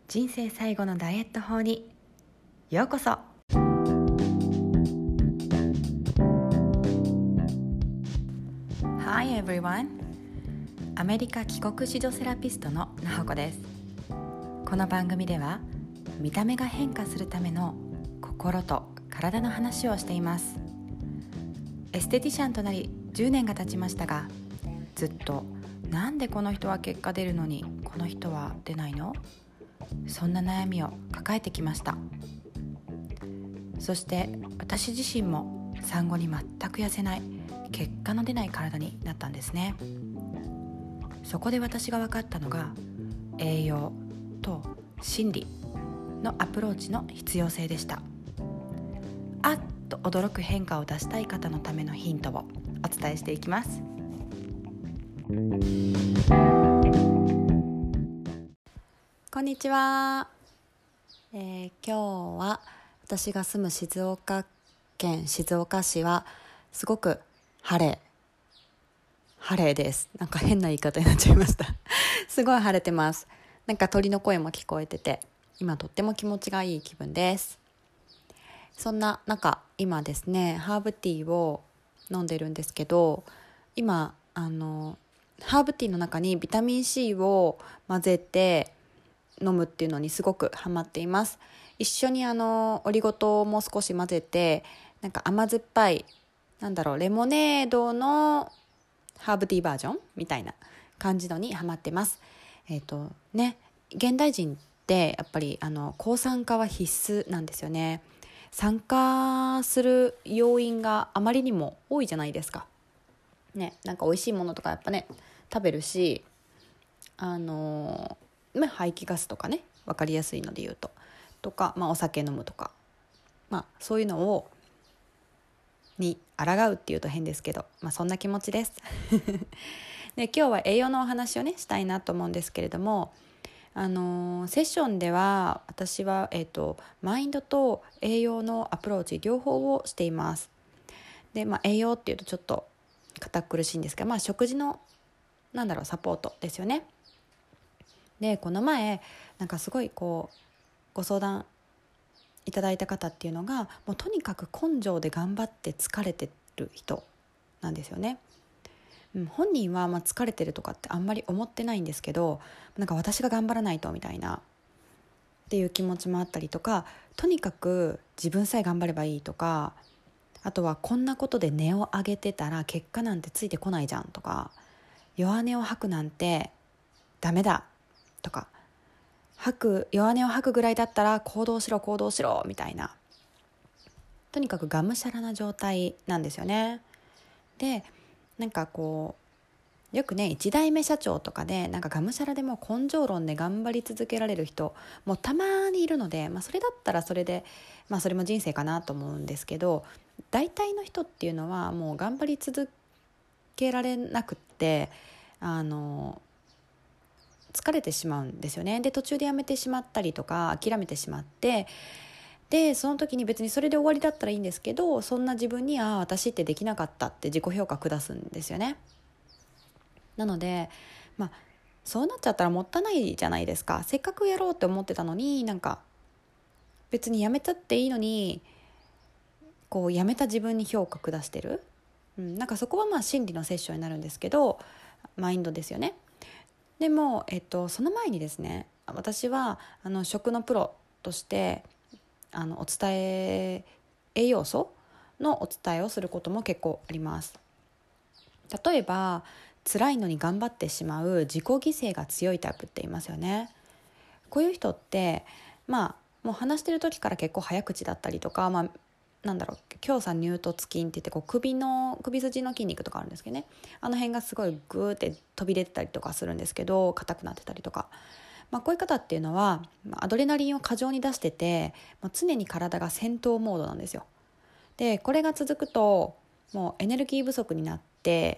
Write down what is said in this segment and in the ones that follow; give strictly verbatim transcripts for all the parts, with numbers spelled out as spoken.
人生最後のダイエット法にようこそ。 Hi everyone。 アメリカ帰国子女セラピストのなほこです。この番組では見た目が変化するための心と体の話をしています。エステティシャンとなりじゅうねんが経ちましたが、ずっとなんでこの人は結果出るのにこの人は出ないの、そんな悩みを抱えてきました。そして私自身も産後に全く痩せない、結果の出ない体になったんですね。そこで私が分かったのが、栄養と心理のアプローチの必要性でした。あっと驚く変化を出したい方のためのヒントをお伝えしていきます。こんにちは、えー、今日は私が住む静岡県静岡市はすごく晴れ晴れです。なんか変な言い方になっちゃいましたすごい晴れてます。なんか鳥の声も聞こえてて、今とっても気持ちがいい気分です。そんな中、今ですねハーブティーを飲んでるんですけど、今あのハーブティーの中にビタミン C を混ぜて飲むっていうのにすごくハマっています。一緒にあのオリゴ糖も少し混ぜて、なんか甘酸っぱい、なんだろう、レモネードのハーブティーバージョンみたいな感じのにハマってます。えっとね、現代人ってやっぱりあの抗酸化は必須なんですよね。酸化する要因があまりにも多いじゃないですか。ね、なんか美味しいものとかやっぱね食べるし、あのまあ、排気ガスとかね、分かりやすいので言うととか、まあ、お酒飲むとか、まあ、そういうのをに抗うっていうと変ですけど、まあ、そんな気持ちですで、今日は栄養のお話をねしたいなと思うんですけれども、あのー、セッションでは私は、えーと、マインドと栄養のアプローチ両方をしています。で、まあ、栄養っていうとちょっと堅苦しいんですが、まあ、食事のなんだろうサポートですよね。で、この前なんかすごいこうご相談いただいた方っていうのが、もうとにかく根性で頑張って疲れてる人なんですよね。うん、本人はまあ疲れてるとかってあんまり思ってないんですけど、なんか私が頑張らないとみたいなっていう気持ちもあったりとか、とにかく自分さえ頑張ればいいとか、あとはこんなことで値を上げてたら結果なんてついてこないじゃんとか、弱音を吐くなんてダメだとか、吐く弱音を吐くぐらいだったら行動しろ行動しろみたいな、とにかくがむしゃらな状態なんですよね。で、なんかこうよくね、一代目社長とかでなんかがむしゃらでも根性論で頑張り続けられる人もたまにいるので、まあ、それだったらそれで、まあ、それも人生かなと思うんですけど、大体の人っていうのはもう頑張り続けられなくって、あの疲れてしまうんですよね。で、途中でやめてしまったりとか諦めてしまって、でその時に別にそれで終わりだったらいいんですけど、そんな自分にああ私ってできなかったって自己評価下すんですよね。なので、まあ、そうなっちゃったらもったいないじゃないですか。せっかくやろうって思ってたのに、なんか別にやめちゃっていいのにこうやめた自分に評価下してる、うん、なんかそこはまあ心理のセッションになるんですけど、マインドですよね。でも、えっと、その前にですね、私はあの食のプロとしてあのお伝え栄養素のお伝えをすることも結構あります。例えば辛いのに頑張ってしまう自己犠牲が強いタイプって言いますよね。こういう人ってまあもう話してる時から結構早口だったりとか、まあなんだろう、強鎖乳突筋って言ってこう首の首筋の筋肉とかあるんですけどね、あの辺がすごいグーって飛び出てたりとかするんですけど、硬くなってたりとか、まあ、こういう方っていうのはアドレナリンを過剰に出してて、もう常に体が戦闘モードなんですよ。でこれが続くともうエネルギー不足になって、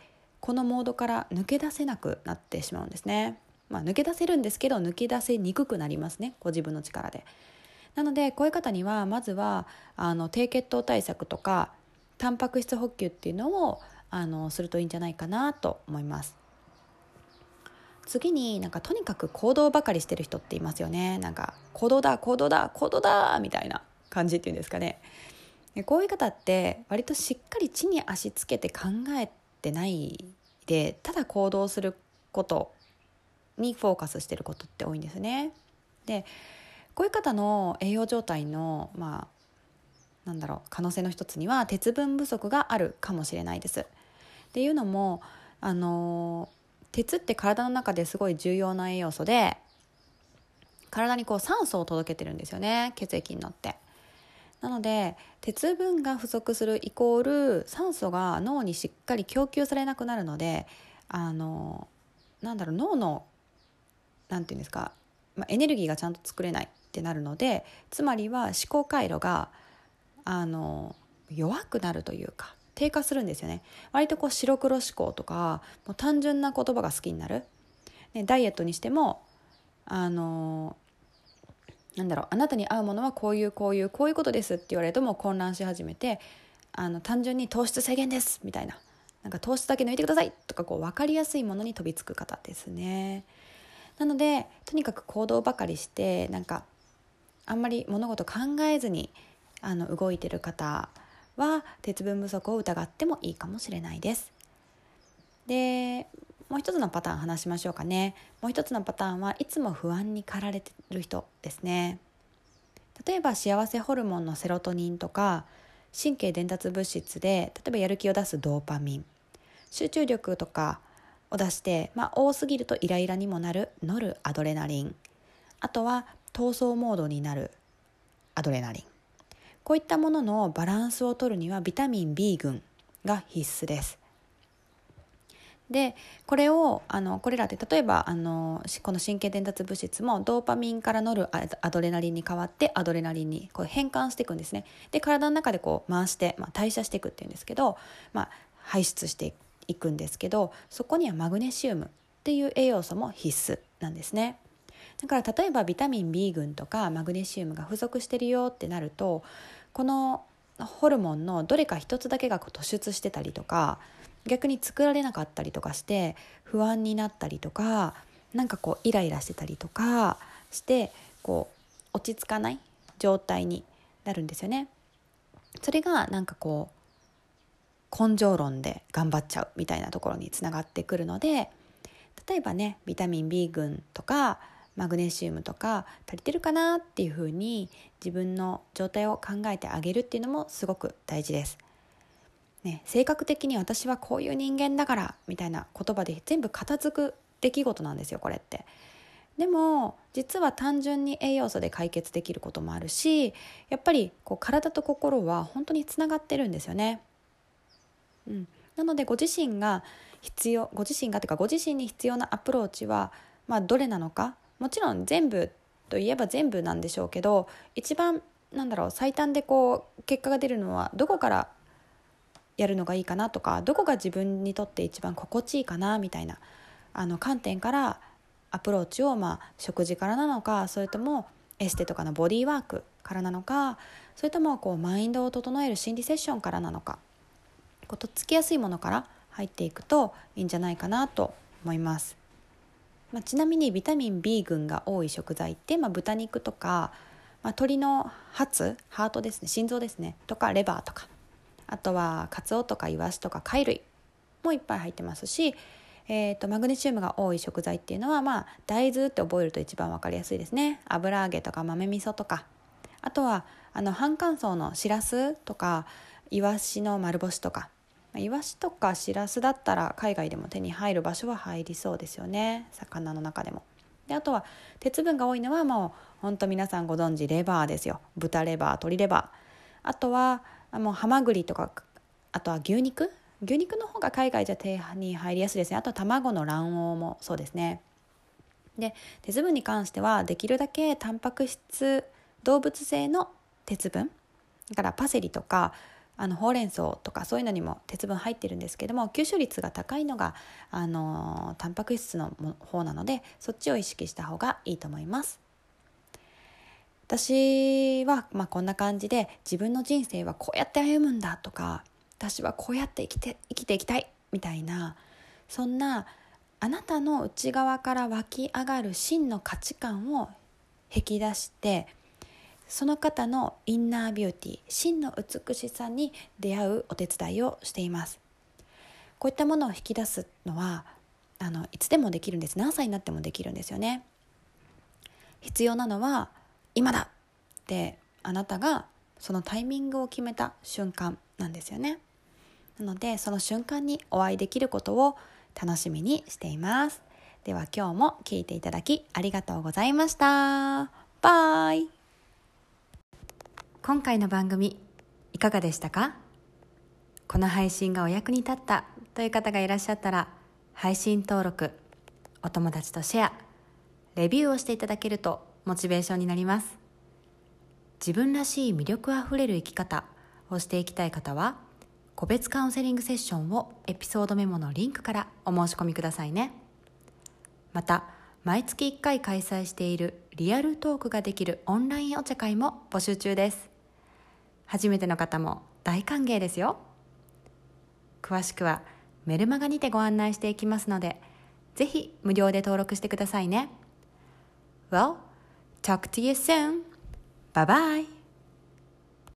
このモードから抜け出せなくなってしまうんですね。まあ、抜け出せるんですけど抜け出せにくくなりますね、ご自分の力で。なのでこういう方にはまずはあの低血糖対策とかタンパク質補給っていうのをあのするといいんじゃないかなと思います。 次になんかとにかく行動ばかりしてる人っていますよね。なんか行動だ行動だ行動だみたいな感じっていうんですかね。でこういう方って割としっかり地に足つけて考えてないで、ただ行動することにフォーカスしてることって多いんですね。でこういう方の栄養状態のまあなんだろう可能性の一つには鉄分不足があるかもしれないです。っていうのもあの鉄って体の中ですごい重要な栄養素で、体にこう酸素を届けてるんですよね、血液に乗って。なので鉄分が不足するイコール酸素が脳にしっかり供給されなくなるので、あのなんだろう脳のなんていうんですか、まあ、エネルギーがちゃんと作れないってなるので、つまりは思考回路があの弱くなるというか低下するんですよね。割とこう白黒思考とかもう単純な言葉が好きになる、ね、ダイエットにしてもあのなんだろうあなたに合うものはこういうこういうこういうことですって言われるともう混乱し始めて、あの単純に糖質制限ですみたいな、なんか糖質だけ抜いてくださいとかこう分かりやすいものに飛びつく方ですね。なのでとにかく行動ばかりしてなんかあんまり物事考えずにあの動いてる方は鉄分不足を疑ってもいいかもしれないです。でもう一つのパターン話しましょうかね。もう一つのパターンはいつも不安に駆られてる人ですね。例えば幸せホルモンのセロトニンとか神経伝達物質で例えばやる気を出すドーパミン、集中力とかを出して、まあ、多すぎるとイライラにもなるノルアドレナリン、あとは闘争モードになるアドレナリン、こういったもののバランスを取るにはビタミン B 群が必須です。でこれをあのこれらで例えばあのこの神経伝達物質もドーパミンからノルアドレナリンに変わってアドレナリンにこう変換していくんですね。で体の中でこう回して、まあ、代謝していくっていうんですけど、まあ、排出していくんですけど、そこにはマグネシウムっていう栄養素も必須なんですね。だから例えばビタミン B 群とかマグネシウムが不足してるよってなると、このホルモンのどれか一つだけが突出してたりとか逆に作られなかったりとかして不安になったりとか、なんかこうイライラしてたりとかしてこう落ち着かない状態になるんですよね。それがなんかこう根性論で頑張っちゃうみたいなところにつながってくるので、例えばねビタミン B 群とかマグネシウムとか足りてるかなっていうふうに自分の状態を考えてあげるっていうのもすごく大事です、ね、性格的に私はこういう人間だからみたいな言葉で全部片付く出来事なんですよこれって。でも実は単純に栄養素で解決できることもあるし、やっぱりこう体と心は本当につながってるんですよね、うん、なのでご自身が必要ご自身がというかご自身に必要なアプローチは、まあ、どれなのか、もちろん全部といえば全部なんでしょうけど、一番なんだろう最短でこう結果が出るのはどこからやるのがいいかなとか、どこが自分にとって一番心地いいかなみたいなあの観点からアプローチを、まあ、食事からなのか、それともエステとかのボディーワークからなのか、それともこうマインドを整える心理セッションからなのか、こうとっつきやすいものから入っていくといいんじゃないかなと思います。まあ、ちなみにビタミン B 群が多い食材って、まあ、豚肉とか、まあ、鶏のハツハートですね、心臓ですねとかレバーとか、あとはカツオとかイワシとか貝類もいっぱい入ってますし、えー、とマグネシウムが多い食材っていうのは、まあ、大豆って覚えると一番わかりやすいですね。油揚げとか豆味噌とか、あとはあの半乾燥のしらすとかイワシの丸干しとか、イワシとかシラスだったら海外でも手に入る場所は入りそうですよね、魚の中でも。であとは鉄分が多いのはもう本当皆さんご存知レバーですよ。豚レバー、鶏レバー、あとはもうハマグリとか、あとは牛肉牛肉の方が海外じゃ手に入りやすいですね。あとは卵の卵黄もそうですね。で鉄分に関してはできるだけタンパク質動物性の鉄分だからパセリとかあのほうれん草とかそういうのにも鉄分入ってるんですけども、吸収率が高いのがあのタンパク質の方なので、そっちを意識した方がいいと思います。私は、まあ、こんな感じで自分の人生はこうやって歩むんだとか、私はこうやって生きて、生きていきたいみたいな、そんなあなたの内側から湧き上がる真の価値観を引き出して、その方のインナービューティー、真の美しさに出会うお手伝いをしています。こういったものを引き出すのはあのいつでもできるんです。何歳になってもできるんですよね。必要なのは今だってあなたがそのタイミングを決めた瞬間なんですよね。なのでその瞬間にお会いできることを楽しみにしています。では今日も聞いていただきありがとうございました。バイ。今回の番組いかがでしたか？この配信がお役に立ったという方がいらっしゃったら、配信登録、お友達とシェア、レビューをしていただけるとモチベーションになります。自分らしい魅力あふれる生き方をしていきたい方は、個別カウンセリングセッションをエピソードメモのリンクからお申し込みくださいね。また、毎月いっかい開催しているリアルトークができるオンラインお茶会も募集中です。初めての方も大歓迎ですよ。詳しくはメルマガにてご案内していきますので、ぜひ無料で登録してくださいね。Well, talk to you soon. Bye bye.